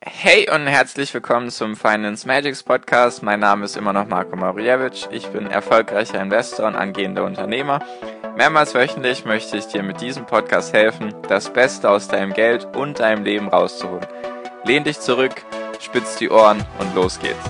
Hey und herzlich willkommen zum Finance Magics Podcast. Mein Name ist immer noch Marko Marijevic. Ich bin erfolgreicher Investor und angehender Unternehmer. Mehrmals wöchentlich möchte ich dir mit diesem Podcast helfen, das Beste aus deinem Geld und deinem Leben rauszuholen. Lehn dich zurück, spitz die Ohren und los geht's.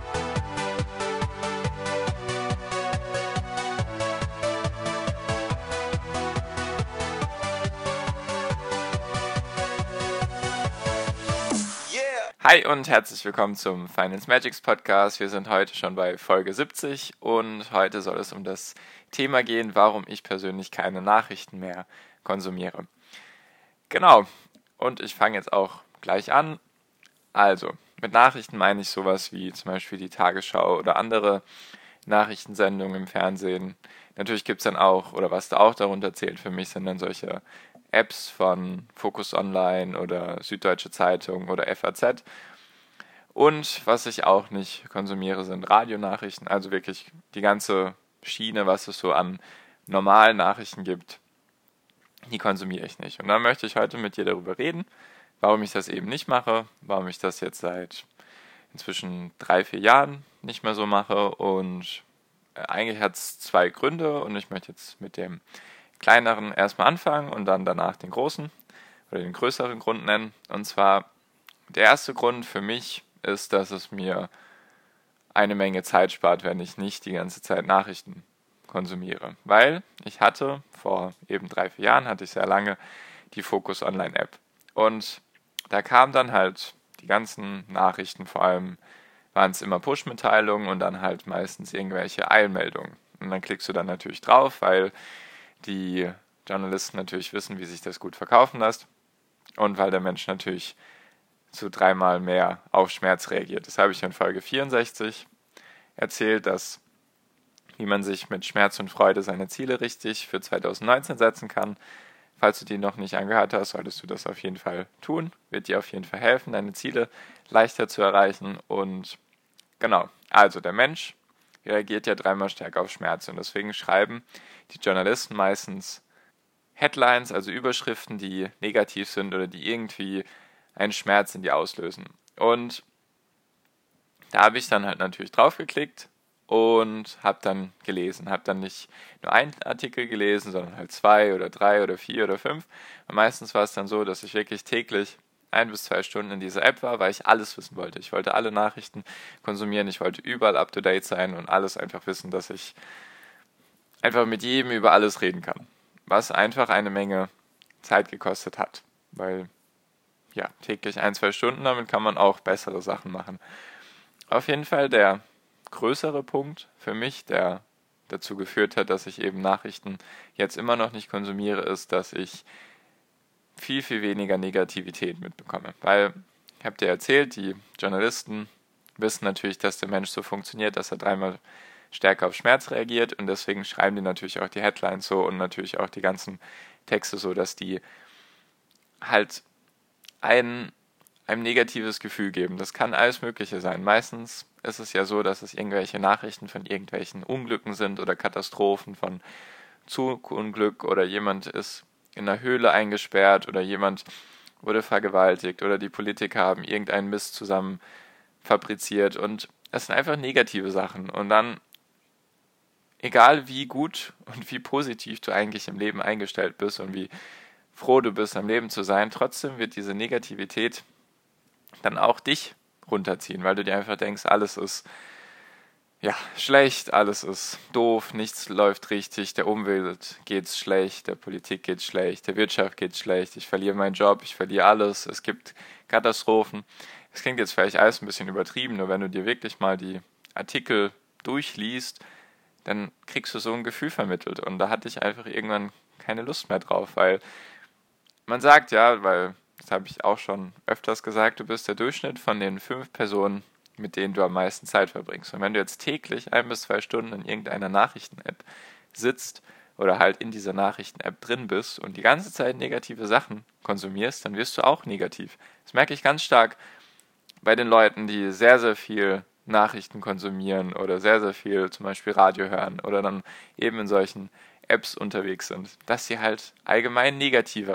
Hi und herzlich willkommen zum Finance Magics Podcast. Wir sind heute schon bei Folge 70 und heute soll es um das Thema gehen, warum ich persönlich keine Nachrichten mehr konsumiere. Genau, und ich fange jetzt auch gleich an. Also, mit Nachrichten meine ich sowas wie zum Beispiel die Tagesschau oder andere Nachrichtensendungen im Fernsehen. Natürlich gibt es dann auch, oder was da auch darunter zählt für mich, sind dann solche Apps von Focus Online oder Süddeutsche Zeitung oder FAZ. Und was ich auch nicht konsumiere, sind Radionachrichten, also wirklich die ganze Schiene, was es so an normalen Nachrichten gibt, die konsumiere ich nicht. Und dann möchte ich heute mit dir darüber reden, warum ich das eben nicht mache, warum ich das jetzt seit inzwischen 3-4 Jahren nicht mehr so mache. Und eigentlich hat es 2 Gründe und ich möchte jetzt mit dem kleineren erstmal anfangen und dann danach den großen oder den größeren Grund nennen. Und zwar der erste Grund für mich ist, dass es mir eine Menge Zeit spart, wenn ich nicht die ganze Zeit Nachrichten konsumiere. Weil ich hatte vor eben 3-4 Jahren, hatte ich sehr lange die Focus Online App. Und da kamen dann halt die ganzen Nachrichten, vor allem waren es immer Push-Mitteilungen und dann halt meistens irgendwelche Eilmeldungen. Und dann klickst du dann natürlich drauf, weil die Journalisten natürlich wissen, wie sich das gut verkaufen lässt und weil der Mensch natürlich zu 3-mal mehr auf Schmerz reagiert. Das habe ich in Folge 64 erzählt, dass wie man sich mit Schmerz und Freude seine Ziele richtig für 2019 setzen kann. Falls du die noch nicht angehört hast, solltest du das auf jeden Fall tun. Wird dir auf jeden Fall helfen, deine Ziele leichter zu erreichen. Und genau, also der Mensch reagiert ja 3-mal stärker auf Schmerz und deswegen schreiben die Journalisten meistens Headlines, also Überschriften, die negativ sind oder die irgendwie einen Schmerz in dir auslösen. Und da habe ich dann halt natürlich draufgeklickt und habe dann gelesen. Habe dann nicht nur einen Artikel gelesen, sondern halt 2 oder 3 oder 4 oder 5. Und meistens war es dann so, dass ich wirklich täglich 1 bis 2 Stunden in dieser App war, weil ich alles wissen wollte. Ich wollte alle Nachrichten konsumieren, ich wollte überall up-to-date sein und alles einfach wissen, dass ich einfach mit jedem über alles reden kann. Was einfach eine Menge Zeit gekostet hat. Weil, ja, täglich 1-2 Stunden, damit kann man auch bessere Sachen machen. Auf jeden Fall der größere Punkt für mich, der dazu geführt hat, dass ich eben Nachrichten jetzt immer noch nicht konsumiere, ist, dass ich viel, viel weniger Negativität mitbekomme. Weil, ich habe dir erzählt, die Journalisten wissen natürlich, dass der Mensch so funktioniert, dass er 3-mal stärker auf Schmerz reagiert und deswegen schreiben die natürlich auch die Headlines so und natürlich auch die ganzen Texte so, dass die halt einem negatives Gefühl geben. Das kann alles Mögliche sein. Meistens ist es ja so, dass es irgendwelche Nachrichten von irgendwelchen Unglücken sind oder Katastrophen von Zugunglück oder jemand ist in einer Höhle eingesperrt oder jemand wurde vergewaltigt oder die Politiker haben irgendeinen Mist zusammen fabriziert und es sind einfach negative Sachen und dann egal wie gut und wie positiv du eigentlich im Leben eingestellt bist und wie froh du bist, am Leben zu sein, trotzdem wird diese Negativität dann auch dich runterziehen, weil du dir einfach denkst, alles ist ja schlecht, alles ist doof, nichts läuft richtig, der Umwelt geht's schlecht, der Politik geht's schlecht, der Wirtschaft geht's schlecht, ich verliere meinen Job, ich verliere alles, es gibt Katastrophen. Es klingt jetzt vielleicht alles ein bisschen übertrieben, nur wenn du dir wirklich mal die Artikel durchliest, dann kriegst du so ein Gefühl vermittelt und da hatte ich einfach irgendwann keine Lust mehr drauf, weil man sagt ja, weil das habe ich auch schon öfters gesagt, du bist der Durchschnitt von den 5 Personen, mit denen du am meisten Zeit verbringst. Und wenn du jetzt täglich 1 bis 2 Stunden in irgendeiner Nachrichten-App sitzt oder halt in dieser Nachrichten-App drin bist und die ganze Zeit negative Sachen konsumierst, dann wirst du auch negativ. Das merke ich ganz stark bei den Leuten, die sehr, sehr viel Nachrichten konsumieren oder sehr, sehr viel zum Beispiel Radio hören oder dann eben in solchen Apps unterwegs sind, dass sie halt allgemein negativer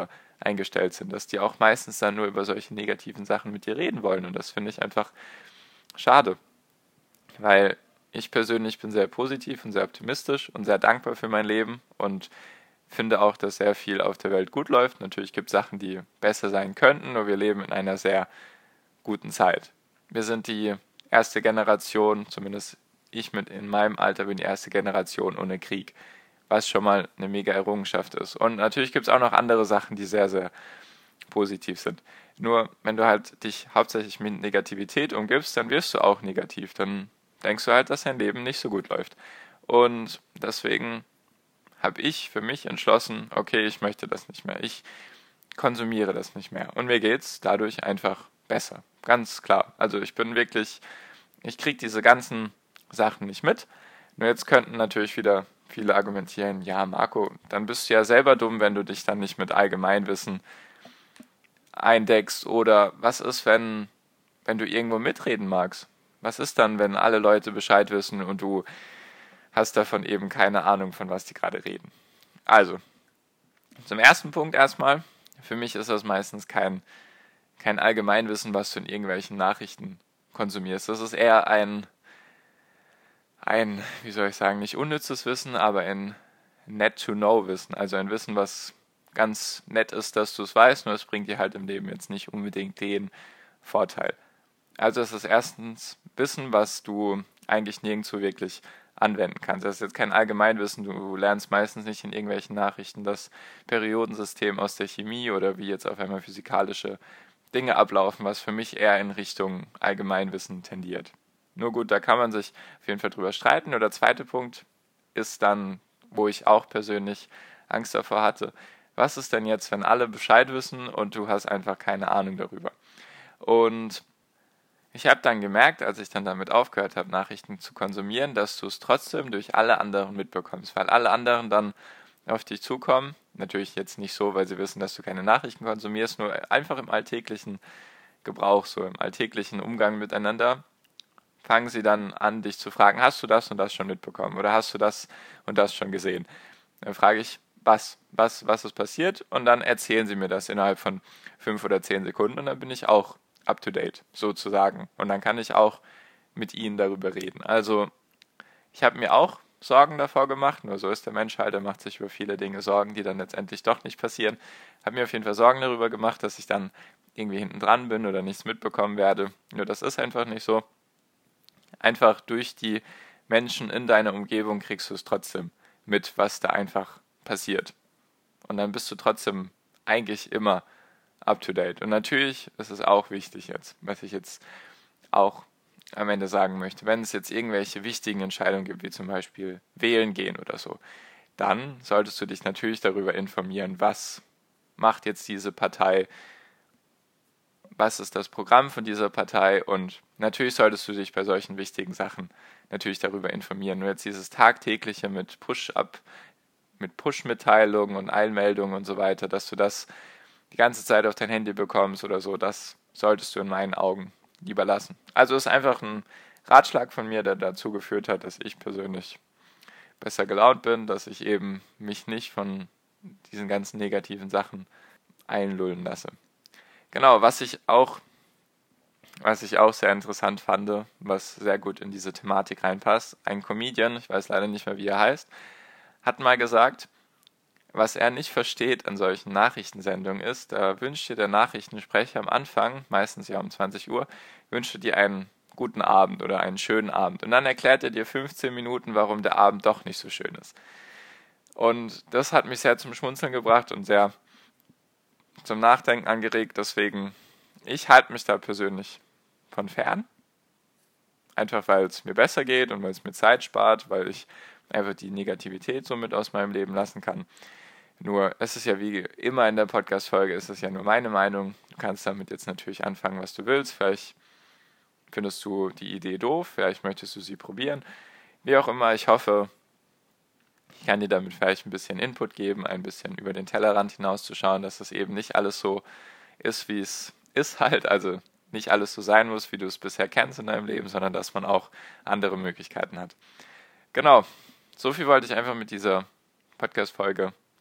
eingestellt sind, dass die auch meistens dann nur über solche negativen Sachen mit dir reden wollen. Und das finde ich einfach schade, weil ich persönlich bin sehr positiv und sehr optimistisch und sehr dankbar für mein Leben und finde auch, dass sehr viel auf der Welt gut läuft. Natürlich gibt es Sachen, die besser sein könnten, nur wir leben in einer sehr guten Zeit. Wir sind die erste Generation, zumindest ich mit in meinem Alter bin die erste Generation ohne Krieg, was schon mal eine mega Errungenschaft ist. Und natürlich gibt es auch noch andere Sachen, die sehr, sehr positiv sind. Nur wenn du halt dich hauptsächlich mit Negativität umgibst, dann wirst du auch negativ. Dann denkst du halt, dass dein Leben nicht so gut läuft. Und deswegen habe ich für mich entschlossen, okay, ich möchte das nicht mehr. Ich konsumiere das nicht mehr. Und mir geht's dadurch einfach besser. Ganz klar. Also ich kriege diese ganzen Sachen nicht mit. Nur jetzt könnten natürlich wieder viele argumentieren, ja Marco, dann bist du ja selber dumm, wenn du dich dann nicht mit Allgemeinwissen eindeckst. Oder was ist, wenn du irgendwo mitreden magst? Was ist dann, wenn alle Leute Bescheid wissen und du hast davon eben keine Ahnung, von was die gerade reden? Also, zum ersten Punkt erstmal, für mich ist das meistens kein Allgemeinwissen, was du in irgendwelchen Nachrichten konsumierst. Das ist eher ein, wie soll ich sagen, nicht unnützes Wissen, aber ein Net-to-Know-Wissen. Also ein Wissen, was ganz nett ist, dass du es weißt, nur es bringt dir halt im Leben jetzt nicht unbedingt den Vorteil. Also es ist erstens Wissen, was du eigentlich nirgendwo wirklich anwenden kannst. Das ist jetzt kein Allgemeinwissen, du lernst meistens nicht in irgendwelchen Nachrichten das Periodensystem aus der Chemie oder wie jetzt auf einmal physikalische Dinge ablaufen, was für mich eher in Richtung Allgemeinwissen tendiert. Nur gut, da kann man sich auf jeden Fall drüber streiten. Und der zweite Punkt ist dann, wo ich auch persönlich Angst davor hatte, was ist denn jetzt, wenn alle Bescheid wissen und du hast einfach keine Ahnung darüber? Und ich habe dann gemerkt, als ich dann damit aufgehört habe, Nachrichten zu konsumieren, dass du es trotzdem durch alle anderen mitbekommst, weil alle anderen dann auf dich zukommen. Natürlich jetzt nicht so, weil sie wissen, dass du keine Nachrichten konsumierst, nur einfach im alltäglichen Gebrauch, so im alltäglichen Umgang miteinander, fangen sie dann an, dich zu fragen, hast du das und das schon mitbekommen oder hast du das und das schon gesehen? Dann frage ich, was ist passiert? Und dann erzählen sie mir das innerhalb von 5 oder 10 Sekunden und dann bin ich auch up to date, sozusagen. Und dann kann ich auch mit ihnen darüber reden. Also, ich habe mir auch Sorgen davor gemacht, nur so ist der Mensch halt, er macht sich über viele Dinge Sorgen, die dann letztendlich doch nicht passieren. Habe mir auf jeden Fall Sorgen darüber gemacht, dass ich dann irgendwie hinten dran bin oder nichts mitbekommen werde. Nur das ist einfach nicht so. Einfach durch die Menschen in deiner Umgebung kriegst du es trotzdem mit, was da einfach passiert. Und dann bist du trotzdem eigentlich immer up to date. Und natürlich ist es auch wichtig jetzt, was ich jetzt auch am Ende sagen möchte, wenn es jetzt irgendwelche wichtigen Entscheidungen gibt, wie zum Beispiel wählen gehen oder so, dann solltest du dich natürlich darüber informieren, was macht jetzt diese Partei, was ist das Programm von dieser Partei und natürlich solltest du dich bei solchen wichtigen Sachen natürlich darüber informieren. Nur jetzt dieses tagtägliche mit Push-Mitteilungen und Eilmeldungen und so weiter, dass du das die ganze Zeit auf dein Handy bekommst oder so, das solltest du in meinen Augen lieber lassen. Also ist einfach ein Ratschlag von mir, der dazu geführt hat, dass ich persönlich besser gelaunt bin, dass ich eben mich nicht von diesen ganzen negativen Sachen einlullen lasse. Genau, was ich auch sehr interessant fand, was sehr gut in diese Thematik reinpasst, ein Comedian, ich weiß leider nicht mehr, wie er heißt, hat mal gesagt, was er nicht versteht an solchen Nachrichtensendungen ist, da wünscht dir der Nachrichtensprecher am Anfang, meistens ja um 20 Uhr, wünscht dir einen guten Abend oder einen schönen Abend. Und dann erklärt er dir 15 Minuten, warum der Abend doch nicht so schön ist. Und das hat mich sehr zum Schmunzeln gebracht und sehr zum Nachdenken angeregt. Deswegen, ich halte mich da persönlich von fern. Einfach weil es mir besser geht und weil es mir Zeit spart, weil ich einfach die Negativität somit aus meinem Leben lassen kann. Nur, es ist ja wie immer in der Podcast-Folge, es ist ja nur meine Meinung. Du kannst damit jetzt natürlich anfangen, was du willst. Vielleicht findest du die Idee doof, vielleicht möchtest du sie probieren. Wie auch immer, ich hoffe, ich kann dir damit vielleicht ein bisschen Input geben, ein bisschen über den Tellerrand hinauszuschauen, dass es eben nicht alles so ist, wie es ist halt. Also nicht alles so sein muss, wie du es bisher kennst in deinem Leben, sondern dass man auch andere Möglichkeiten hat. Genau, so viel wollte ich einfach mit dieser Podcast-Folge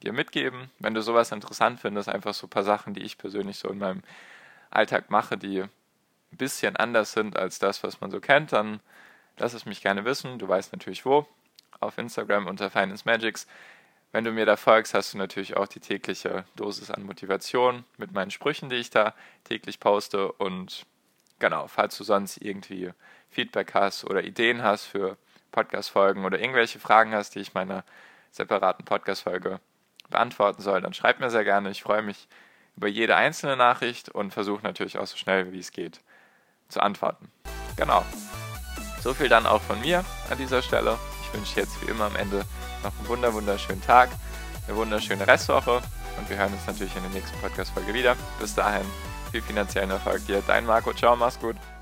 dir mitgeben. Wenn du sowas interessant findest, einfach so ein paar Sachen, die ich persönlich so in meinem Alltag mache, die ein bisschen anders sind als das, was man so kennt, dann lass es mich gerne wissen. Du weißt natürlich wo. Auf Instagram unter Finance Magics. Wenn du mir da folgst, hast du natürlich auch die tägliche Dosis an Motivation mit meinen Sprüchen, die ich da täglich poste. Und genau, falls du sonst irgendwie Feedback hast oder Ideen hast für Podcast-Folgen oder irgendwelche Fragen hast, die ich meiner separaten Podcast-Folge beantworten soll, dann schreib mir sehr gerne. Ich freue mich über jede einzelne Nachricht und versuche natürlich auch so schnell wie es geht zu antworten. Genau. So viel dann auch von mir an dieser Stelle. Ich wünsche jetzt wie immer am Ende noch einen wunderschönen Tag, eine wunderschöne Restwoche und wir hören uns natürlich in der nächsten Podcast-Folge wieder. Bis dahin, viel finanziellen Erfolg dir. Dein Marco, ciao, mach's gut.